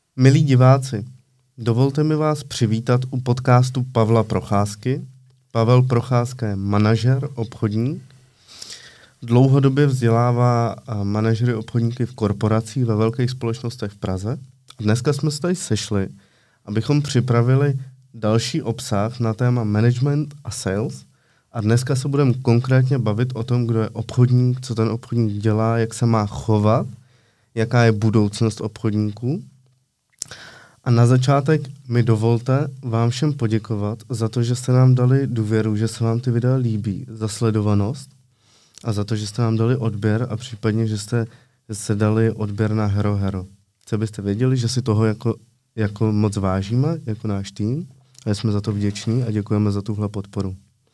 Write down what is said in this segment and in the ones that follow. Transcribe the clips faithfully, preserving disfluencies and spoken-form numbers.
Milí diváci, dovolte mi vás přivítat u podcastu Pavla Procházky. Pavel Procházka je manažer, obchodník. Dlouhodobě vzdělává manažery obchodníky v korporacích ve velkých společnostech v Praze. A dneska jsme se tady sešli, abychom připravili další obsah na téma management a sales. A dneska se budeme konkrétně bavit o tom, kdo je obchodník, co ten obchodník dělá, jak se má chovat, jaká je budoucnost obchodníků. A na začátek mi dovolte vám všem poděkovat za to, že jste nám dali důvěru, že se vám ty videa líbí, za sledovanost a za to, že jste nám dali odběr a případně, že jste se dali odběr na Hero Hero. Co byste věděli, že si toho jako, jako moc vážíme, jako náš tým, a jsme za to vděční a děkujeme za tuhle podporu.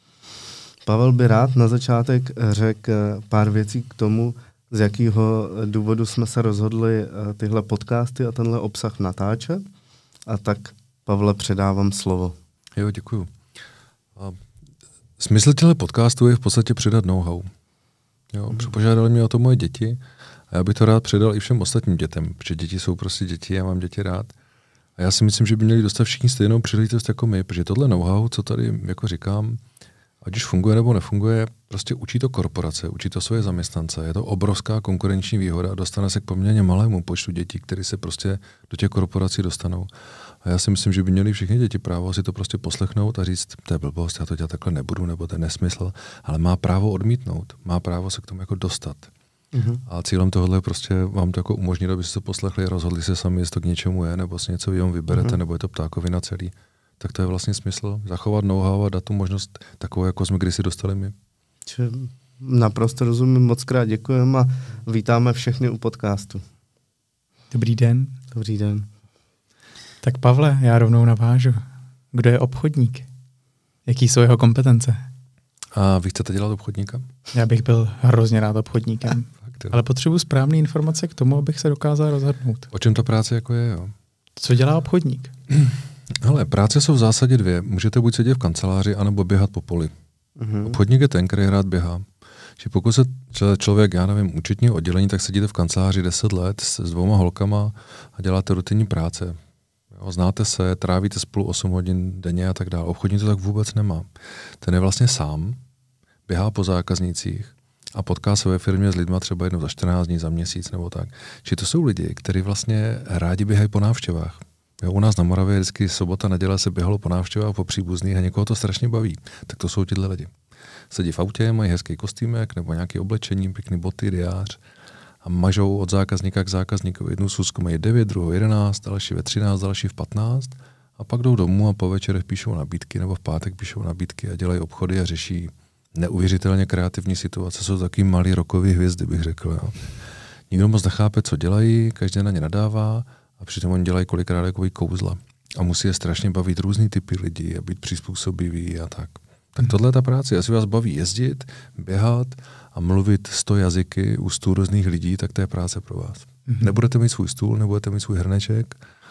Pavel by rád na začátek řekl pár věcí k tomu, z jakého důvodu jsme se rozhodli tyhle podcasty a tenhle obsah natáčet. A tak, Pavle, předávám slovo. Jo, děkuju. A smysl těchto podcastů je v podstatě předat know-how. Jo, mm. Požádali mě o to moje děti a já bych to rád předal i všem ostatním dětem, protože děti jsou prostě děti, já mám děti rád. A já si myslím, že by měli dostat všichni stejnou příležitost jako my, protože tohle know-how, co tady jako říkám, ať už funguje nebo nefunguje, prostě učí to korporace, učí to svoje zaměstnance. Je to obrovská konkurenční výhoda a dostane se k poměrně malému počtu dětí, které se prostě do těch korporací dostanou. A já si myslím, že by měli všichni děti právo si to prostě poslechnout a říct, to je blbost, já to dělat takhle nebudu, nebo to je nesmysl, ale má právo odmítnout, má právo se k tomu jako dostat. Mm-hmm. A cílem tohohle je prostě vám to jako umožnit, aby si to poslechli a rozhodli se sami, jestli to k něčemu je, nebo si něco jenom vyberete, mm-hmm. nebo je to ptákovina celý. Tak to je vlastně smysl. Zachovat know-how a dát tu možnost takovou, jako jsme kdysi dostali my. Če, naprosto rozumím, moc krát děkujeme a vítáme všechny u podcastu. Dobrý den. Dobrý den. Tak Pavle, já rovnou navážu. Kdo je obchodník? Jaký jsou jeho kompetence? A vy chcete dělat obchodníka? Já bych byl hrozně rád obchodníkem. Fakt, ale potřebuji správné informace k tomu, abych se dokázal rozhodnout. O čem ta práce jako je, jo? Co dělá obchodník? Hele, práce jsou v zásadě dvě. Můžete buď sedět v kanceláři, anebo běhat po poli. Mm-hmm. Obchodník je ten, který rád běhá. Že pokud se člověk, já nevím, účetního oddělení, tak sedíte v kanceláři deset let s, s dvouma holkama a děláte rutinní práce. Jo, znáte se, trávíte spolu osm hodin denně a tak dále. Obchodník to tak vůbec nemá. Ten je vlastně sám, běhá po zákaznících a potká se ve firmě s lidma třeba jednou za čtrnáct dní, za měsíc nebo tak. Či to jsou lidi, kteří vlastně rádi běhají po návštěvách. Jo, u nás na Moravě vždycky sobota, neděle se běhalo po návštěvách, po příbuzných a někoho to strašně baví. Tak to jsou tyhle lidi. Sedí v autě, mají hezký kostýmek nebo nějaké oblečení, pěkný boty, diář a mažou od zákazníka k zákazníkovi. Jednu schůzku mají devět, druhou jedenáct, další ve třináct, další v patnáct a pak jdou domů a po večerech píšou nabídky nebo v pátek píšou nabídky a dělají obchody a řeší neuvěřitelně kreativní situace. Jsou takový malý rokový hvězdy, bych řekl. Jo. Nikdo moc nechápe, co dělají, každý na ně nadává. A přitom oni dělají kolikrát takový kouzla. A musí je strašně bavit různý typy lidí a být přizpůsobiví a tak. Tak hmm. tohle je ta práce. Jestli vás baví jezdit, běhat a mluvit sto jazyky u stu různých lidí, tak to je práce pro vás. Hmm. Nebudete mít svůj stůl, nebudete mít svůj hrneček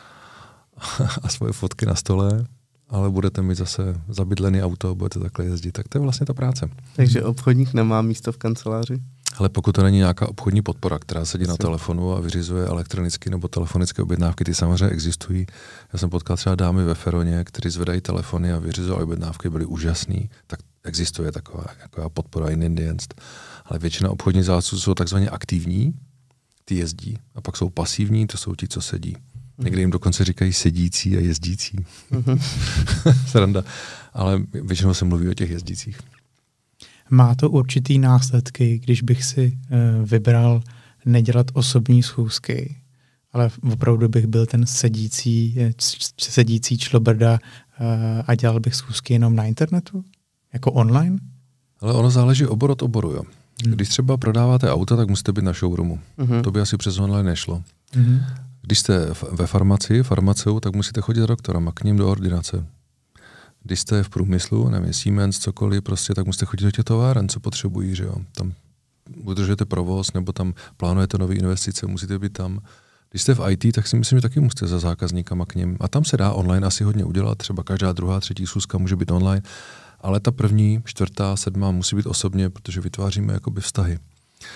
a svoje fotky na stole, ale budete mít zase zabydlený auto a budete takhle jezdit. Tak to je vlastně ta práce. Takže obchodník nemá místo v kanceláři? Ale pokud to není nějaká obchodní podpora, která sedí na telefonu a vyřizuje elektronické nebo telefonické objednávky, ty samozřejmě existují. Já jsem potkal třeba dámy ve Feroně, kteří zvedají telefony a vyřizují objednávky, byly úžasný. Tak existuje taková, taková podpora in-indienced. Ale většina obchodních zástupců jsou takzvaně aktivní, ty jezdí, a pak jsou pasivní, to jsou ti, co sedí. Někdy jim dokonce říkají sedící a jezdící. Mm-hmm. Sranda. Ale většinou se mluví o těch jezdících. Má to určitý následky, když bych si uh, vybral nedělat osobní schůzky, ale opravdu bych byl ten sedící, sedící člobrda uh, a dělal bych schůzky jenom na internetu? Jako online? Ale ono záleží obor od oboru, jo. Hmm. Když třeba prodáváte auta, tak musíte být na showroomu. Hmm. To by asi přes online nešlo. Hmm. Když jste ve farmacii, farmaceu, tak musíte chodit za doktorem a k ním do ordinace. Když jste v průmyslu, nevím, Siemens, cokoliv, prostě, tak musíte chodit do těch továren, co potřebují, že jo. Tam udržujete provoz, nebo tam plánujete nové investice, musíte být tam. Když jste v í té, tak si myslím, že taky musíte za zákazníkama k ním. A tam se dá online asi hodně udělat, třeba každá druhá, třetí schůzka může být online, ale ta první, čtvrtá, sedmá musí být osobně, protože vytváříme jakoby vztahy.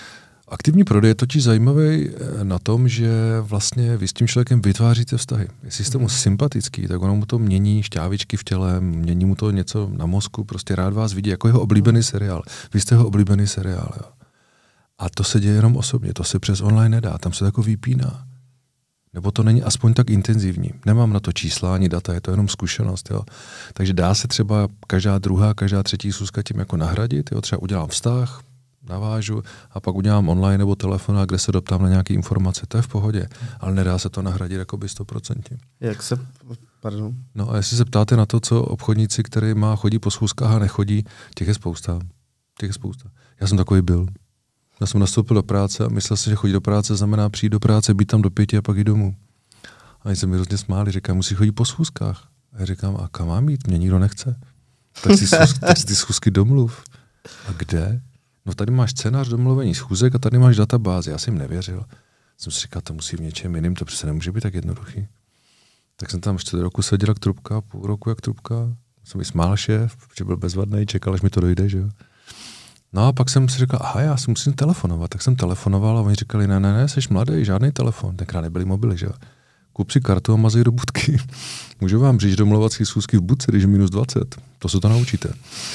Aktivní prodej je totiž zajímavý na tom, že vlastně vy s tím člověkem vytváříte vztahy. Jestli jste mu sympatický, tak ono mu to mění šťávičky v těle, mění mu to něco na mozku, prostě rád vás vidí, jako jeho oblíbený seriál. Vy jste jeho oblíbený seriál. Jo. A to se děje jenom osobně, to se přes online nedá, tam se tako vypíná. Nebo to není aspoň tak intenzivní. Nemám na to čísla ani data, je to jenom zkušenost. Jo. Takže dá se třeba každá druhá, každá třetí schůzka tím jako nahradit. Jo. Třeba udělám vztah, navážu a pak udělám online nebo telefon, kde se doptám na nějaké informace. To je v pohodě, ale nedá se to nahradit jako by sto procent. Jak se, pardon. No a jestli se ptáte na to, co obchodníci, který má chodí po schůzkách a nechodí, těch je spousta. Těch je spousta. Já jsem takový byl. Já jsem nastoupil do práce a myslel si, že chodit do práce znamená přijít do práce, být tam do pěti a pak jít domů. A oni se mi hrozně smáli, říkám, musí chodit po schůzkách. A já říkám, a kam mám jít? Mě nikdo nechce. Tak si, schůzky, tak si ty schůzky domluv. A kde? No tady máš scénář domluvení schůzek a tady máš databázi. Já jsem jim nevěřil. Jsem si říkal, to musí v něčem jiným, to přece nemůže být tak jednoduchý. Tak jsem tam čtyři roku seděl jak trubka, půl roku jak trubka. Jsem mi smál šéf, že byl bezvadný, čekal, až mi to dojde, že jo. No a pak jsem si říkal, aha, já si musím telefonovat. Tak jsem telefonoval a oni říkali, ne, ne, ne, jsi mladý, žádný telefon. Tenkrát nebyly mobily, že jo. Kup si kartu a mazej do budky. Můžu vám říct domluvací schůzky v budce, když je minus dvacet. To se to naučíte.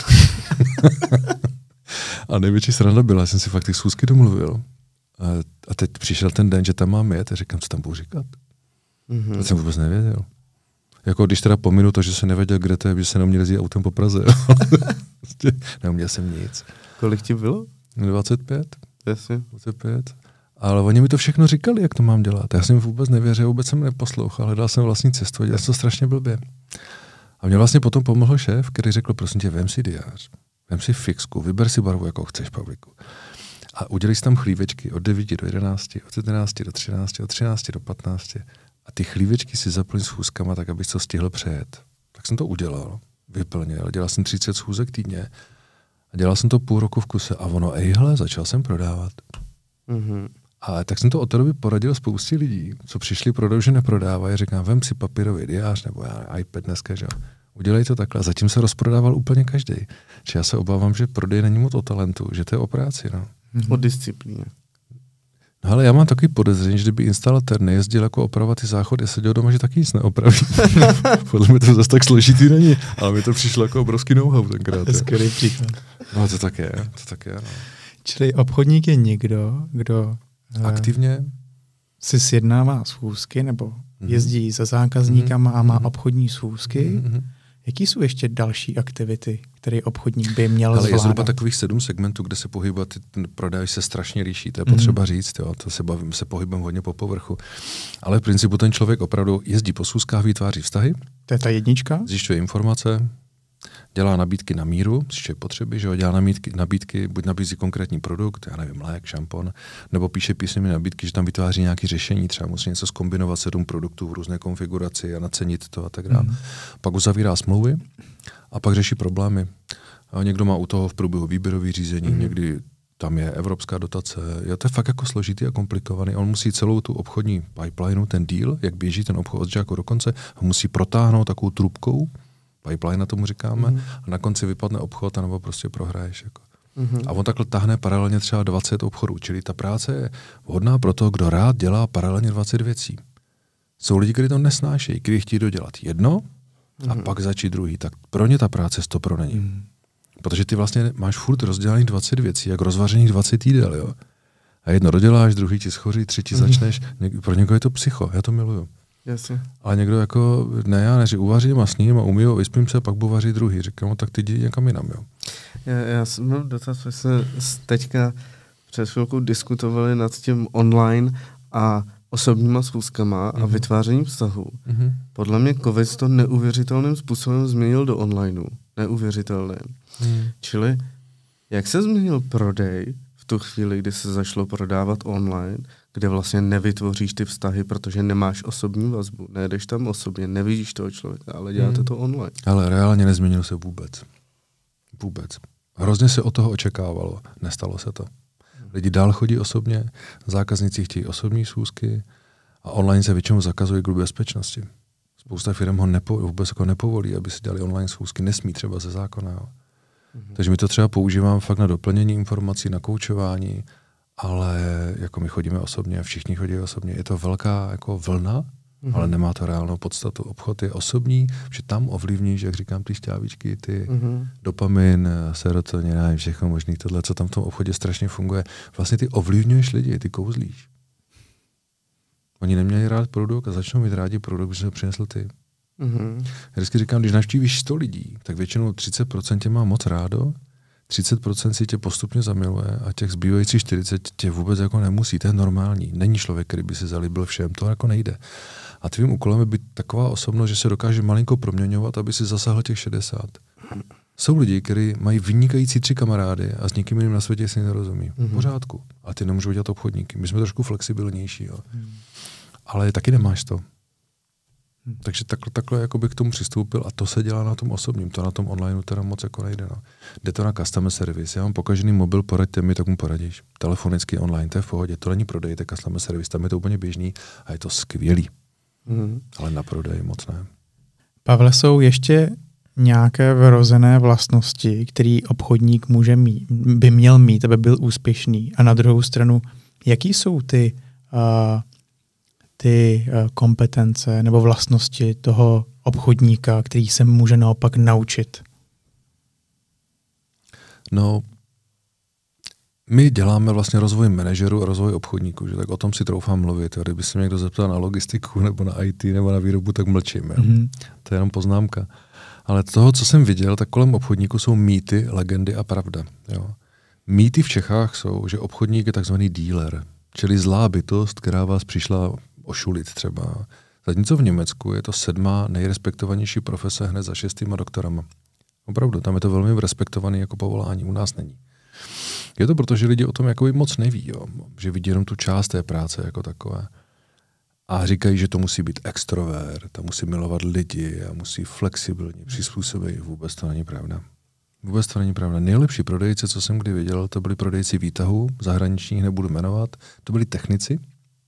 A největší sranda byla, jsem si fakt ty schůzky domluvil. A teď přišel ten den, že tam mám jet a říkám, co tam budu říkat. Mm-hmm. To jsem vůbec nevěděl. Jako když teda pominu to, že jsem nevěděl, kde to je, že se neuměl jezdit autem po Praze. Neuměl jsem nic. Kolik ti bylo? dvacet pět. Jasně. dvacet pět. Ale oni mi to všechno říkali, jak to mám dělat. Já jsem vůbec nevěřil, vůbec jsem neposlouchal, hledal jsem vlastní cestu a dělal jsem to strašně blbě. A mě vlastně potom pomohl šéf, který řekl, prosím tě, vem si diář, vem si fixku, vyber si barvu, jakou chceš, Pavlíku. A udělej si tam chlívečky od devíti do jedenácti, od jedenácti do třinácti, od třinácti do patnácti. A ty chlívečky si zaplň schůzkama, tak abych to stihl přejet. Tak jsem to udělal, vyplnil, dělal jsem třicet schůzek týdně a dělal jsem to půl roku v kuse a ono, ejhle, začal jsem prodávat. Mm-hmm. A tak jsem to od té doby poradil spoustě lidí, co přišli prodou, že neprodávají. Říkám, vem si papírový diář nebo já, iPad dneska, že jo. Udělej to takhle. Zatím se rozprodával úplně každý. Či já se obávám, že prodej není moc o talentu, že to je o práci. No. Mm-hmm. O disciplíně. No ale já mám takový podezření, že kdyby instalatér nejezdil jako opravovat ty záchody, seděl doma, že taky nic neopraví. Podle mě to zase tak složitý není, ale mi to přišlo jako obrovský know-how tenkrát. Skvělý příklad. No to tak je, to tak je, no. Čili obchodník je někdo, kdo aktivně si sjednává schůzky nebo mm-hmm. jezdí za zákazníkama mm-hmm. a má obchodní schůzky. Mm-hmm. Jaký jsou ještě další aktivity, které obchodník by měl zvládat? Ale je zhruba takových sedm segmentů, kde se pohybuje, ten prodej se strašně liší, to je potřeba mm. říct, jo, to se bavím, se pohybem hodně po povrchu. Ale v principu ten člověk opravdu jezdí po schůzkách, vytváří vztahy. To je ta jednička? Zjišťuje informace, dělá nabídky na míru, zjišťuje potřeby, že jo, dělá nabídky, nabídky, buď nabízí konkrétní produkt, já nevím, lék, šampon, nebo píše písemné nabídky, že tam vytváří nějaké řešení, třeba musí něco zkombinovat sedm produktů v různé konfiguraci a nacenit to a tak dále. Mm. Pak uzavírá smlouvy a pak řeší problémy. A někdo má u toho v průběhu výběrový řízení, mm. někdy tam je evropská dotace. Je to fakt jako složitý a komplikovaný. On musí celou tu obchodní pipeline, ten deal, jak běží ten obchod od začátku do konce, musí protáhnout takovou trubkou, pipeline na tomu říkáme, mm-hmm. a na konci vypadne obchod, anebo prostě prohraješ. Jako. Mm-hmm. A on takhle tahne paralelně třeba dvacet obchodů, čili ta práce je vhodná pro to, kdo rád dělá paralelně dvacet věcí. Jsou lidi, kteří to nesnášejí, kteří chtějí dodělat jedno mm-hmm. a pak začít druhý. Tak pro ně ta práce stopro není. Mm-hmm. Protože ty vlastně máš furt rozdělaných dvacet věcí, jak rozvařených dvacet jídel, jo. A jedno doděláš, druhý ti schoří, třetí mm-hmm. začneš. Něk- pro někoho je to psycho, já to miluju. Jasně. Ale někdo jako, ne, já neři, uvařím a sním a umiju, vyspím se, pak budu vařit druhý. Říkám, no, tak ty jdi někam jinam, jo. Já, já jsem měl dotaz, my jsme teďka před chvilkou diskutovali nad tím online a osobníma schůzkama mm-hmm. a vytvářením vztahů. Mm-hmm. Podle mě COVID to neuvěřitelným způsobem změnil do onlineu. Neuvěřitelným. Mm. Čili, jak se změnil prodej v tu chvíli, kdy se zašlo prodávat online, kde vlastně nevytvoříš ty vztahy, protože nemáš osobní vazbu. Nejdeš tam osobně, nevidíš toho člověka, ale děláte mm. to online. Ale reálně nezměnil se vůbec. Vůbec. Hrozně se od toho očekávalo. Nestalo se to. Lidi dál chodí osobně, zákazníci chtějí osobní schůzky a online se většinou zakazuje kvůli bezpečnosti. Spousta firm ho nepo, vůbec jako nepovolí, aby si dělali online schůzky. Nesmí třeba ze zákona. Jo. Mm-hmm. Takže my to třeba používám fakt na doplnění informací, na koučování ale jako my chodíme osobně, všichni chodí osobně, je to velká jako vlna, mm-hmm. ale nemá to reálnou podstatu. Obchod je osobní, že tam ovlivníš, jak říkám, ty šťávičky, ty mm-hmm. dopamin, serotonin, nevím, všechno možný, tohle, co tam v tom obchodě strašně funguje. Vlastně ty ovlivňuješ lidi, ty kouzlíš. Oni neměli rád produkt a začnou mít rádi produkt, že se ho přinesl ty. Mm-hmm. Já vždycky říkám, když navštívíš sto lidí, tak většinou třicet procent tě má moc rádo, třicet procent si tě postupně zamiluje a těch zbývajících čtyřicet procent tě vůbec jako nemusí, to je normální. Není člověk, který by si zalíbil všem, to jako nejde. A tvým úkolem je být taková osobnost, že se dokáže malinko proměňovat, aby si zasáhl těch šedesát. Jsou lidi, kteří mají vynikající tři kamarády a s nikým jiným na světě si nerozumí. Mm-hmm. V pořádku. A ty nemůžou dělat obchodníky. My jsme trošku flexibilnější. Jo. Mm. Ale taky nemáš to. Hmm. Takže takhle, takhle jako by k tomu přistoupil a to se dělá na tom osobním, to na tom online teda moc jako nejde. No. Jde to na customer service, já mám pokažený mobil, poraďte mi, tak mu poradíš. Telefonicky online, to je v pohodě, to není prodej, to je customer service, tam je to úplně běžný a je to skvělý. Hmm. Ale na prodej moc ne. Pavle, jsou ještě nějaké vrozené vlastnosti, které obchodník může mít, by měl mít, aby byl úspěšný? A na druhou stranu, jaký jsou ty uh, ty kompetence nebo vlastnosti toho obchodníka, který se může naopak naučit? No, my děláme vlastně rozvoj manažerů a rozvoj obchodníků, že tak o tom si troufám mluvit. Kdyby se mě někdo zeptal na logistiku nebo na í té nebo na výrobu, tak mlčím. Mm-hmm. To je jenom poznámka. Ale toho, co jsem viděl, tak kolem obchodníků jsou mýty, legendy a pravda. Jo. Mýty v Čechách jsou, že obchodník je takzvaný dealer, čili zlá bytost, která vás přišla ošulit třeba. Zatímco v Německu je to sedmá nejrespektovanější profese hned za šestýma doktorama. Opravdu, tam je to velmi respektovaný jako povolání, u nás není. Je to proto, že lidi o tom jakoby moc neví, jo? Že vidí jenom tu část té práce jako takové. A říkají, že to musí být extrovert, a musí milovat lidi a musí flexibilně přizpůsobit. Vůbec to není pravda. Vůbec to není pravda. Nejlepší prodejci, co jsem kdy viděl, to byli prodejci výtahů, zahraničních nebudu jmenovat, to byli technici.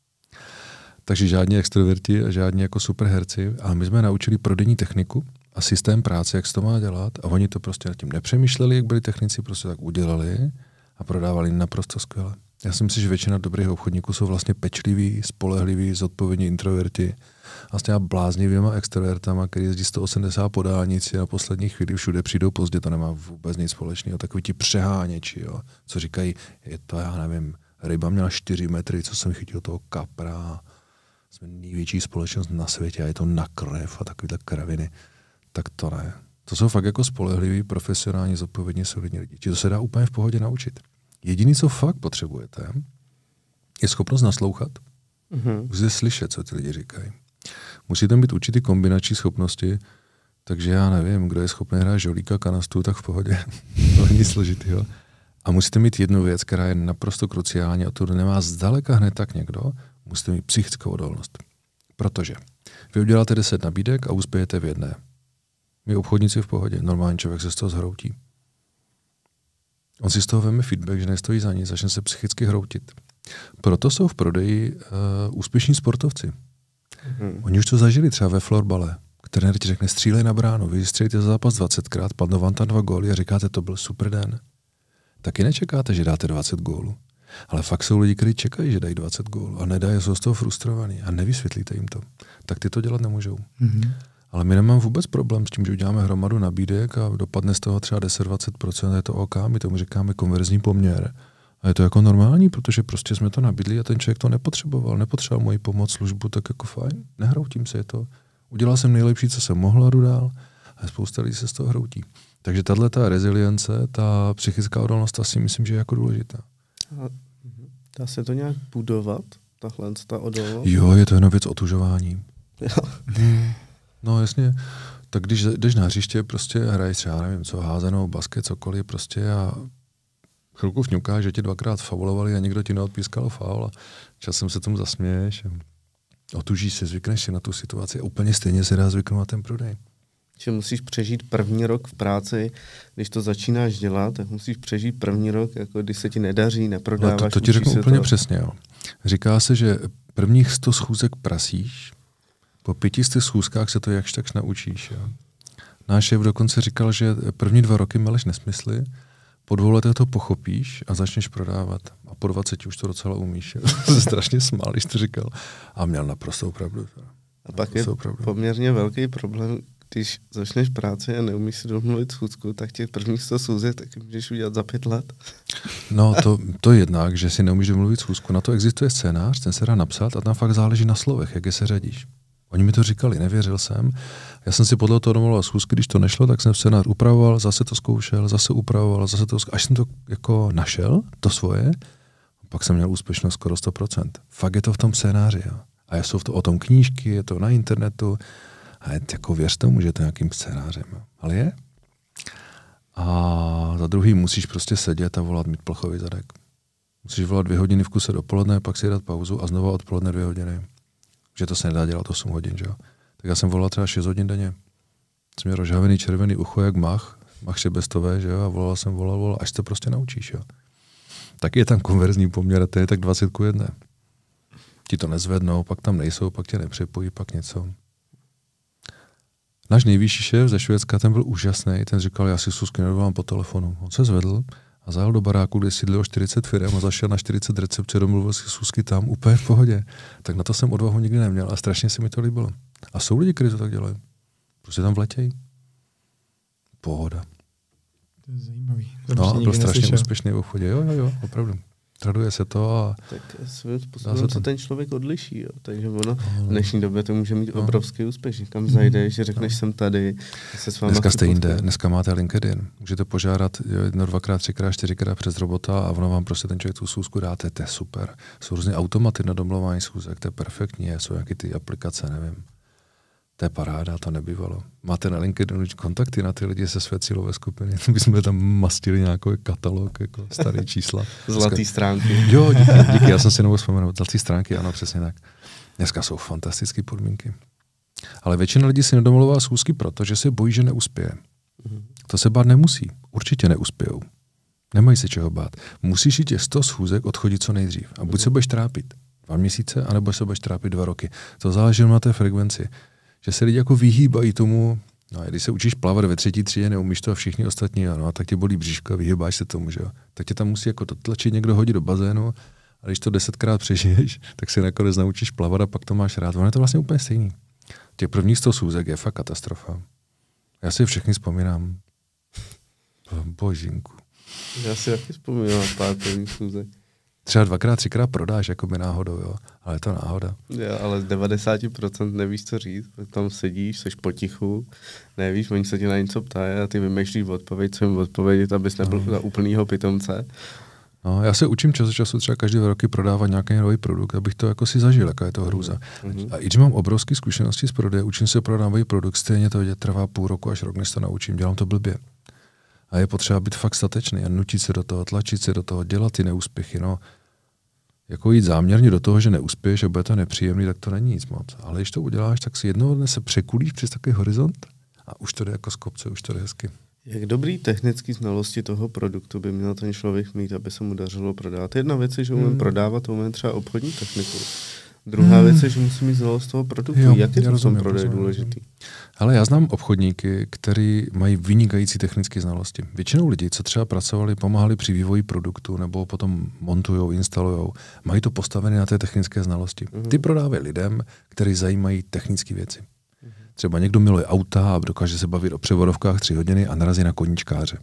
Takže žádní extroverti a žádní jako superherci, ale my jsme naučili prodejní techniku a systém práce, jak se to má dělat a oni to prostě nad tím nepřemýšleli, jak byli technici, prostě tak udělali a prodávali naprosto skvěle. Já si myslím, že většina dobrých obchodníků jsou vlastně pečliví, spolehliví, zodpovědní introverti a s těma bláznivýma extrovertama, který jezdí sto osmdesát po dálnici a na poslední chvíli všude přijdou pozdě, to nemá vůbec nic společného. Takoví ti přeháněči, jo, co říkají, je to, já nevím, ryba měla čtyři metry, co jsem chytil toho kapra, jsme největší společnost na světě a je to na krev a takovýhle kraviny, tak to ne. To jsou fakt jako spolehliví, profesionální, zodpovědní, solidní lidi. Či to se dá úplně v pohodě naučit. Jediný, co fakt potřebujete, je schopnost naslouchat. Mm-hmm. Musíte slyšet, co ty lidi říkají. Musíte mít určitý kombinační schopnosti, takže já nevím, kdo je schopný hrát žolíka, kanastu, tak v pohodě. To není složitýho. A musíte mít jednu věc, která je naprosto kruciální a to nemá zdaleka hned tak někdo, musíte mít psychickou odolnost. Protože vy uděláte deset nabídek a uspějete v jedné. My obchodníci v pohodě, normální člověk se z toho zhroutí. On si z toho veme feedback, že nestojí za nic, začne se psychicky hroutit. Proto jsou v prodeji uh, úspěšní sportovci. Hmm. Oni už to zažili třeba ve florbale. Trenér ti řekne, střílej na bránu, vy střílíte za zápas dvacetkrát, padnou vám tam dva góly a říkáte, to byl super den. Taky nečekáte, že dáte dvacet gólů. Ale fakt jsou lidi, kteří čekají, že dají dvacet gólů a nedají, jsou z toho frustrovaní a nevysvětlíte jim to. Tak ty to dělat nemůžou. Mm-hmm. Ale my nemáme vůbec problém s tím, že uděláme hromadu nabídek a dopadne z toho třeba deset až dvacet procent, je to OK, my tomu říkáme konverzní poměr. A je to jako normální, protože prostě jsme to nabídli a ten člověk to nepotřeboval, nepotřeboval moji pomoc, službu, tak jako fajn, nehroutím se, je to. Udělal jsem nejlepší, co jsem mohl a jdu dál. A spousta lidí se z toho hroutí. Takže tahle ta rezilience, ta psychická odolnost, asi myslím, že je jako důležitá. A dá se to nějak budovat, tahle ta odolnost? Jo, je to jenom věc otužování. No jasně, tak když jdeš na hřiště, prostě hraješ třeba, nevím co, házenou, basket, cokoliv prostě a chvilku fňukáš, že ti dvakrát faulovali a nikdo ti neodpískal faul a časem se tomu zasměješ. Otužíš se, zvykneš si na tu situaci a úplně stejně se dá zvyknout na ten prodej. Že musíš přežít první rok v práci, když to začínáš dělat, tak musíš přežít první rok, jako když se ti nedaří, neprodáváš. No to, to ti řeknu úplně to... přesně. Jo. Říká se, že prvních sto schůzek prasíš, po pětistech schůzkách se to jakž tak naučíš. Jo. Náš šéf dokonce říkal, že první dva roky meleš nesmysly, po dvou letech to pochopíš a začneš prodávat. A po dvaceti už to docela umíš. Se strašně smál, když to říkal. A měl naprostou pravdu. A pak je pravdu. Poměrně velký problém, když začneš práci a neumíš si domluvit schůzku, tak těch prvních sto schůzek tak můžeš udělat za pět let. No to, to je jednak, že si neumíš domluvit schůzku. Na to existuje scénář, ten se dá napsat a tam fakt záleží na slovech, jak je se řadíš. Oni mi to říkali, nevěřil jsem. Já jsem si podle toho domluval schůzky, když to nešlo, tak jsem scénář upravoval, zase to zkoušel, zase upravoval, zase to zkoušel. Až jsem to jako našel, to svoje, pak jsem měl úspěšnost skoro sto procent. Fakt je to v tom scénáři. Jo. A jsou to o tom knížky, je to na internetu. A je, jako věř tomu, že to je nějakým scénářem. Jo. Ale je. A za druhý musíš prostě sedět a volat, mít plechový zadek. Musíš volat dvě hodiny v kuse dopoledne, pak si dát pauzu a znova odpoledne dvě hodiny. Že to se nedá dělat osm hodin, že jo. Tak já jsem volal třeba šest hodin denně. Jsem měl rozžhavený červený ucho jak mach, mach šebestové, že jo, a volal jsem, volal, volal, až to prostě naučíš, jo. Tak je tam konverzní poměr, to je tak dvacet ku jedné. Ti to nezvednou, pak tam nejsou, pak tě nepřipojí, pak něco. Náš nejvyšší šéf ze Švédska, ten byl úžasný, ten říkal, já si schůzky nedovolám po telefonu. On se zvedl a zajel do baráku, kde sídlilo čtyřicet firem a zašel na čtyřicet recepce, domluvil si schůzky tam, úplně v pohodě. Tak na to jsem odvahu nikdy neměl a strašně se mi to líbilo. A jsou lidi, kteří to tak dělají. Prostě tam vletějí. Pohoda. To je zajímavý. No, byl strašně neslyšel. Úspěšný v obchodě. Jo, jo, jo, opravdu. Traduje se to a... Tak svým způsobem se ten člověk odliší, jo. Takže ono v dnešní době to může mít no. obrovský úspěch. Kam zajdeš, že řekneš, no. jsem tady. Se s váma dneska jste jinde, dneska máte LinkedIn. Můžete požádat jedno, dvakrát, třikrát, čtyřikrát přes robota a ono vám prostě ten člověk tu schůzku dáte, to je super. Jsou různé automaty na domluvání schůzek, to je perfektní, jsou nějaké ty aplikace, nevím. To je paráda, to nebývalo. Máte na LinkedInu kontakty na ty lidi ze své cílové skupiny. My jsme tam mastili nějaký katalog, jako starý čísla. Zlatý dneska... stránky. Jo, díky, díky, já jsem si novou vzpomenul. Zlatý stránky, ano, přesně tak. Dneska jsou fantastické podmínky. Ale většina lidí si nedomluvá schůzky proto, že se bojí, že neuspěje. Mm-hmm. To se bát nemusí. Určitě neuspějou. Nemají se čeho bát. Musíš jít těch sto schůzek odchodit co nejdřív. A buď se budeš trápit dva měsíce, anebo se budeš trápit dva roky. To záleží na té frekvenci. Že se lidi jako vyhýbají tomu, no a když se učíš plavat ve třetí třídě, neumíš to a všichni ostatní, ano, a tak tě bolí bříško a vyhýbáš se tomu, že jo. Tak tě tam musí jako dotlačit někdo hodit do bazénu a když to desetkrát přežiješ, tak si nakonec naučíš plavat a pak to máš rád. Ono je to vlastně úplně stejný. Těch prvních sto schůzek je fakt katastrofa. Já si všechny vzpomínám. Božinku. Já si taky vzpomínám pár prvních schůzek. Třeba dvakrát, třikrát prodáš, jako by náhodou, jo. Ale je to náhoda. Jo, ale z devadesát procent nevíš, co říct. Tam sedíš, seš potichu, nevíš, oni se tě na něco ptají a ty vymýšlíš odpověď, co jim odpovědět, abys nebyl no. za úplnýho pitomce. No, já se učím čas od času třeba každý roky prodávat nějaký nový produkt, abych to jako si zažil, jaká je to hrůza. Mm-hmm. A i když mám obrovské zkušenosti s prodejem, učím se prodávat nový produkt, stejně to trvá půl roku až rok, než to naučím, dělám to blbě. A je potřeba být fakt statečný a nutit se do toho, tlačit se do toho, dělat ty neúspěchy. No. Jako jít záměrně do toho, že neuspěješ a bude to nepříjemný, tak to není nic moc. Ale když to uděláš, tak si jednoho dne se překulíš přes takový horizont a už to jde jako z kopce, už to jde hezky. Jak dobrý technický znalosti toho produktu by měl ten člověk mít, aby se mu dařilo prodávat? Jedna věc je, že umím hmm. prodávat, umím třeba obchodní techniku. Druhá hmm. věc je, že musí mít znalost toho produktu. Jo, jak je to v tom prodeji důležitý? Ale já znám obchodníky, kteří mají vynikající technické znalosti. Většinou lidí, co třeba pracovali, pomáhali při vývoji produktu nebo potom montujou, instalujou, mají to postavené na té technické znalosti. Hmm. Ty prodávají lidem, kteří zajímají technické věci. Hmm. Třeba někdo miluje auta a dokáže se bavit o převodovkách tři hodiny a narazí na koníčkáře.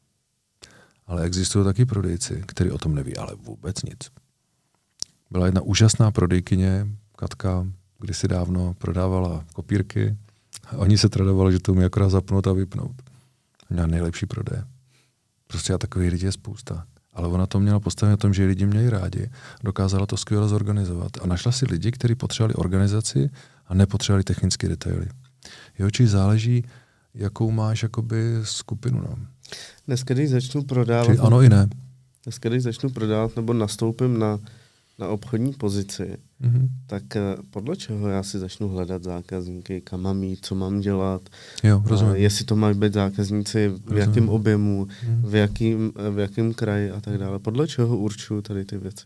Ale existují taky prodejci, kteří o tom neví, ale vůbec nic. Byla jedna úžasná prodejkyně, Katka, kdysi dávno prodávala kopírky a oni se tradovali, že to umí akorát zapnout a vypnout. Měla nejlepší prodeje. Prostě a takových lidí je spousta. Ale ona to měla postavit na tom, že lidi měli rádi, dokázala to skvěle zorganizovat a našla si lidi, kteří potřebovali organizaci a nepotřebovali technické detaily. Jo, či záleží, jakou máš jakoby skupinu. No. Dneska, když začnu prodávat... Či ano i ne. Dneska, když začnu prodávat nebo nastoupím na na obchodní pozici, mm-hmm. tak podle čeho já si začnu hledat zákazníky, kam mám jít, co mám dělat, jo, rozumím. Jestli to mají být zákazníci, v rozumím. jakém objemu, mm. v, jakým, v jakém kraji a tak dále. Podle čeho určuju tady ty věci?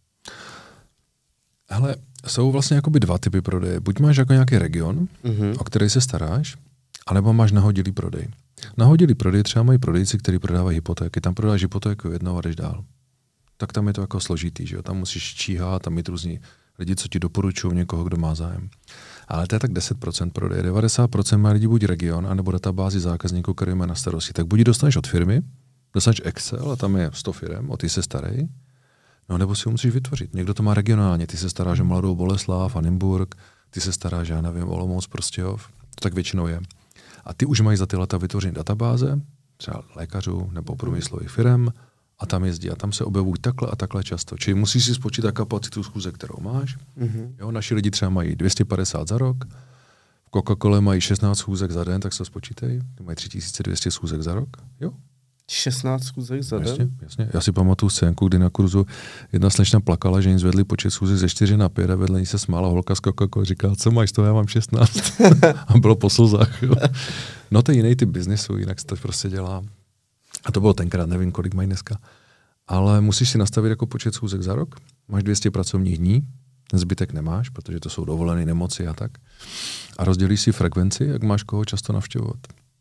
Hele, jsou vlastně jakoby dva typy prodeje. Buď máš jako nějaký region, mm-hmm. o který se staráš, anebo máš nahodilý prodej. Nahodilý prodej třeba mají prodejci, kteří prodávají hypotéky. Tam prodáš hypotéku jednou a jdeš dál. tak tam je to jako složitý, že jo? Tam musíš číhat, tam mít různí lidi, co ti doporučují, někoho, kdo má zájem. Ale to je tak deset procent prodeje. devadesát procent má lidi buď region, anebo databázi zákazníků, který má na starosti. Tak buď dostaneš od firmy, dostaneš Excel a tam je sto firem, o ty se starej, no nebo si ho musíš vytvořit. Někdo to má regionálně, ty se staráš o Mladou Boleslav a Nymburk, ty se staráš, já nevím, Olomouc, Prostějov, to tak většinou je. A ty už mají za ty leta vytvořené databáze, třeba lékařů nebo průmyslových firem, a tam jezdí a tam se objevují takhle a takhle často. Čili musíš si spočítat kapacitu schůze, kterou máš. Mm-hmm. Jo, naši lidi třeba mají dvě stě padesát za rok, v Coca-Cole mají šestnáct schůzek za den, tak se to spočítej. Mají tři tisíce dvě stě schůzek za rok. Jo? šestnáct schůzek za den? Jasně, jasně. Já si pamatuju scénku, kdy na kurzu jedna slečna plakala, že jim zvedli počet schůzek ze čtyři na pět a vedle ní se smála holka z Coca-Cola, říkala, co máš z toho, já mám šestnáct. A bylo po slzách. Jo. No to je jiný typ biznesu, jinak se to prostě dělá. A to bylo tenkrát, nevím, kolik mají dneska. Ale musíš si nastavit jako počet schůzek za rok. Máš dvě stě pracovních dní, ten zbytek nemáš, protože to jsou dovolené nemoci a tak. A rozdělíš si frekvenci, jak máš koho často navštěvovat.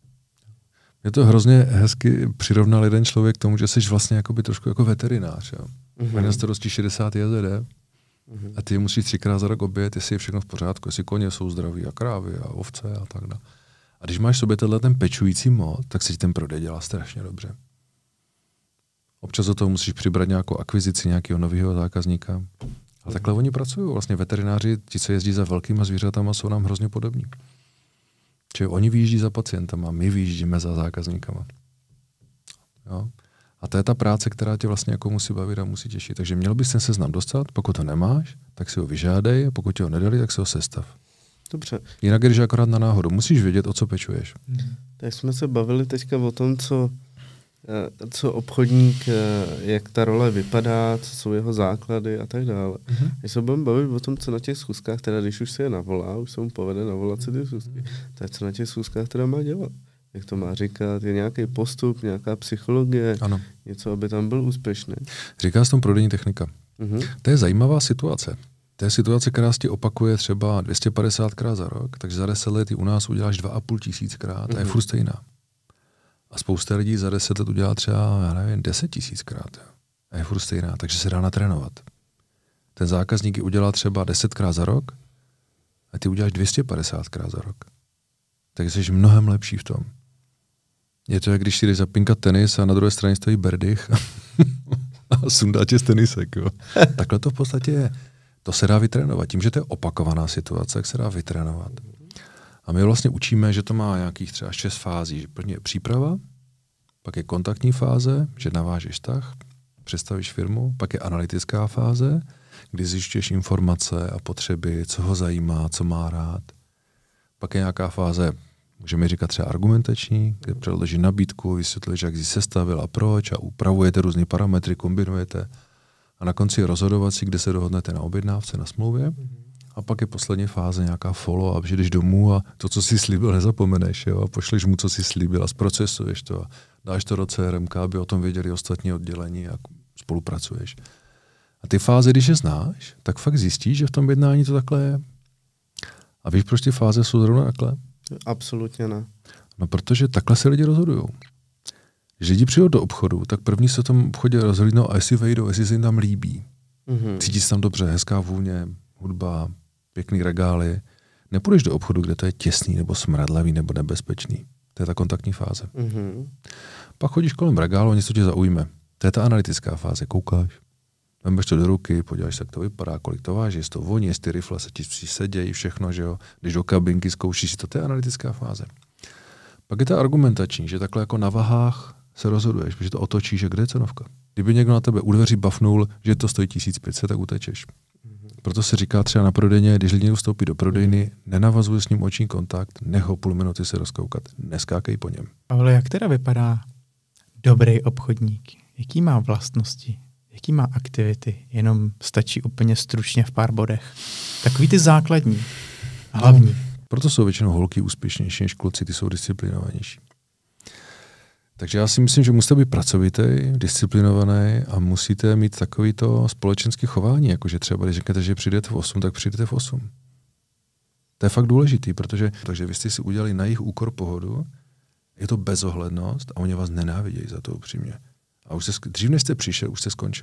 Je to hrozně hezky přirovnal jeden člověk k tomu, že jsi vlastně jakoby trošku jako veterinář. Jo. Mm-hmm. Máš na starosti šedesát J Z D mm-hmm. a ty musíš třikrát za rok obět, jestli je všechno v pořádku, jestli koně jsou zdraví a krávy a ovce a tak dále. A když máš sobě tenhle ten pečující mod, tak se ti ten prodej dělá strašně dobře. Občas do toho musíš přibrat nějakou akvizici nějakého nového zákazníka. Ale takhle oni pracují. Vlastně veterináři, ti, co jezdí za velkýma zvířatama, jsou nám hrozně podobní. Čili oni vyjíždí za pacientama, my vyjíždíme za zákazníkama. Jo? A to je ta práce, která tě vlastně jako musí bavit a musí těšit. Takže měl bys ten seznam dostat, pokud ho nemáš, tak si ho vyžádej, a pokud ti ho nedali, tak si ho sestav. Dobře. Jinak jdeš akorát na náhodu. Musíš vědět, o co pečuješ. Hmm. Tak jsme se bavili teďka o tom, co, co obchodník, jak ta role vypadá, co jsou jeho základy a tak dále. Mm-hmm. Když se budeme bavit o tom, co na těch schůzkách, teda když už se je navolá, už se mu povede navolat si ty schůzky, tak co na těch schůzkách teda má dělat? Jak to má říkat? Je nějaký postup, nějaká psychologie, ano. Něco, aby tam byl úspěšný? Říká se tomu prodejní technika. Mm-hmm. To je zajímavá situace. To je situace, která se ti opakuje třeba dvě stě padesátkrát za rok, takže za deset let u nás uděláš dva a půl tisíckrát mm-hmm. a je furt stejná. A spousta lidí za deset let udělá třeba, já nevím, deset tisíckrát. A je furt stejná, takže se dá natrénovat. Ten zákazník ji udělá třeba desetkrát za rok a ty uděláš dvě stě padesátkrát za rok. Takže jsi mnohem lepší v tom. Je to, jak když si jdeš zapinkat tenis a na druhé straně stojí Berdych a sundá tě z tenisek. Jo. Takhle to v podstatě je. To se dá vytrénovat. Tím, že to je opakovaná situace, tak se dá vytrénovat. A my vlastně učíme, že to má nějakých třeba šest fází. Že první je příprava, pak je kontaktní fáze, že navážeš vztah, představíš firmu, pak je analytická fáze, kdy zjišťuješ informace a potřeby, co ho zajímá, co má rád. Pak je nějaká fáze, můžeme říkat třeba argumentační, kde předloží nabídku, vysvětlíš, jak jsi sestavil a proč a upravujete různé parametry, kombinujete. A na konci je rozhodovací, kde se dohodnete na objednávce, na smlouvě. Mm-hmm. A pak je poslední fáze nějaká follow-up, že jdeš domů a to, co jsi slíbil, nezapomeneš. Jo? A pošleš mu, co jsi slíbil a zprocesuješ to a dáš to do C R M K, aby o tom věděli ostatní oddělení a spolupracuješ. A ty fáze, když je znáš, tak fakt zjistíš, že v tom jednání to takhle je. A víš, proč ty fáze jsou zrovna takhle? Absolutně ne. No, protože takhle se lidi rozhodují. Když lidi přijdou do obchodu, tak první se v tom obchodě rozhlídnou a jestli vejdou, jestli se jim tam líbí. Mm-hmm. Cítí se tam dobře, hezká vůně, hudba, pěkný regály. Nepůjdeš do obchodu, kde to je těsný, nebo smradlavý, nebo nebezpečný. To je ta kontaktní fáze. Mm-hmm. Pak chodíš kolem regálu a něco tě zaujme. To je ta analytická fáze. Koukáš, vemeš to do ruky, podíváš se, jak to vypadá, kolik to váží, jestli to voní, jestli ty rifle se ti sedějí, všechno, že jo. Když do kabinky zkoušíš si to, to je analytická fáze. Pak je ta argumentační, že takhle jako na vahách se rozhoduješ, protože to otočíš, že kde je cenovka. Kdyby někdo na tebe u dveří bafnul, že to stojí tisíc pět set, tak utečeš. Mm-hmm. Proto se říká třeba na prodejně, když lidi vstoupí do prodejny, nenavazuj s ním oční kontakt, nech ho půl minuty se rozkoukat, neskákej po něm. Ale jak teda vypadá dobrý obchodník? Jaký má vlastnosti? Jaký má aktivity? Jenom stačí úplně stručně v pár bodech. Takový ty základní, hlavní. No, proto jsou většinou holky úspěšnější než kluci, ty jsou disciplinovanější. Takže já si myslím, že musíte být pracovitý, disciplinovaný a musíte mít takovýto společenské chování, jakože třeba, když řeknete, že přijdete v osm, tak přijdete v osm. To je fakt důležitý, protože takže vy jste si udělali na jejich úkor pohodu, je to bezohlednost a oni vás nenávidějí za to upřímně. A už jste, dřív než jste přišel, už jste skončil.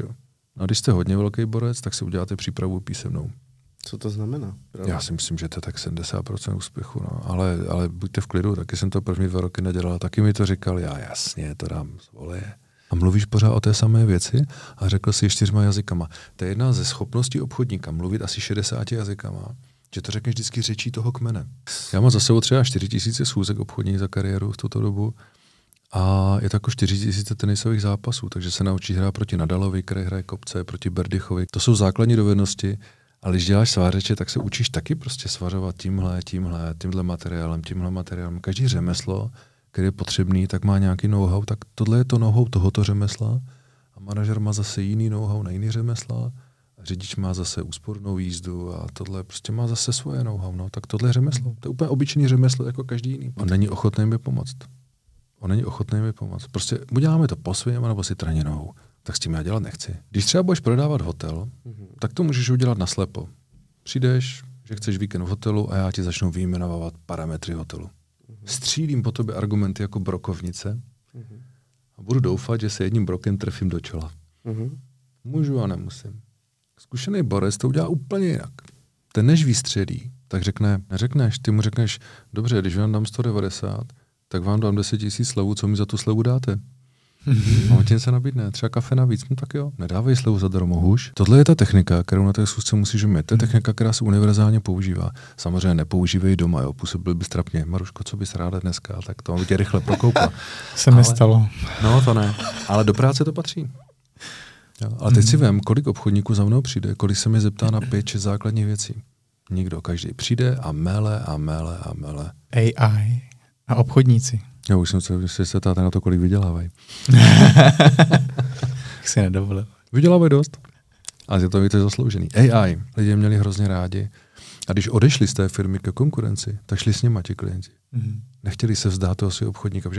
A když jste hodně velký borec, tak si uděláte přípravu písemnou. Co to znamená? Pravda? Já si myslím, že to je tak sedmdesát procent úspěchu. No. Ale, ale buďte v klidu, taky jsem to první dva roky nedělal. Taky mi to říkal, já jasně, to dám z voleje. A mluvíš pořád o té samé věci a řekl si čtyřma jazykama. To je jedna ze schopností obchodníka, mluvit asi šedesáti jazykama, že to řekneš vždycky řečí toho kmene. Já mám za sebou třeba čtyři tisíce schůzek obchodních za kariéru v tuto dobu a je to jako čtyři tisíce tenisových zápasů, takže se naučí hrát proti Nadalovi, který hraje kopce, proti Berdychovi. To jsou základní dovednosti, ale když děláš svářeče, tak se učíš taky prostě svařovat tímhle, tímhle, tímhle materiálem, tímhle materiálem. Každý řemeslo, který je potřebný, tak má nějaký know-how, tak tohle je to know-how tohoto řemesla a manažer má zase jiný know-how na jiný řemesla a řidič má zase úspornou jízdu a tohle prostě má zase svoje know-how, no, tak tohle je řemeslo. To je úplně obyčejný řemeslo jako každý jiný. On není ochotný mi pomoct. On není ochotný mi pomoct. Prostě buď děláme to po svém, nebo si trhně nohou. Tak s tím já dělat nechci. Když třeba budeš prodávat hotel, mm-hmm. tak to můžeš udělat naslepo. Přijdeš, že chceš víkend v hotelu a já ti začnu vyjmenovávat parametry hotelu. Mm-hmm. Střílím po tobě argumenty jako brokovnice mm-hmm. a budu doufat, že se jedním brokem trefím do čela. Mm-hmm. Můžu a nemusím. Zkušený borec to udělá úplně jinak. Ten než vystřelí, tak řekne, neřekneš, ty mu řekneš, dobře, když vám dám sto devadesát, tak vám dám deset tisíc slevu, co mi za tu slevu dáte? Mm-hmm. A on se nabídne, třeba kafe navíc, no tak jo, nedávej slevu zadarmo, huž. Tohle je ta technika, kterou na té schůzce musíš mít. To je technika, která se univerzálně používá. Samozřejmě nepoužívej doma, jo, působil bys trapně. Maruško, co bys ráda dneska, tak to tě rychle prokoupá. Se mi stalo. No to ne, ale do práce to patří. Jo, ale teď mm-hmm. si vem, kolik obchodníků za mnou přijde, kolik se mi zeptá na pět, šest základních věcí. Nikdo, každý přijde a mele a mele a mele. A I a obchodníci. Jo, už jsem se, se setáte na to, kolik vydělávají. si nedovolil. Vydělávají dost. Ale je to víte zasloužený. A I lidi měli hrozně rádi. A když odešli z té firmy ke konkurenci, tak šli s nima ti klienti. Mm-hmm. Nechtěli se vzdát toho svého obchodníka, protože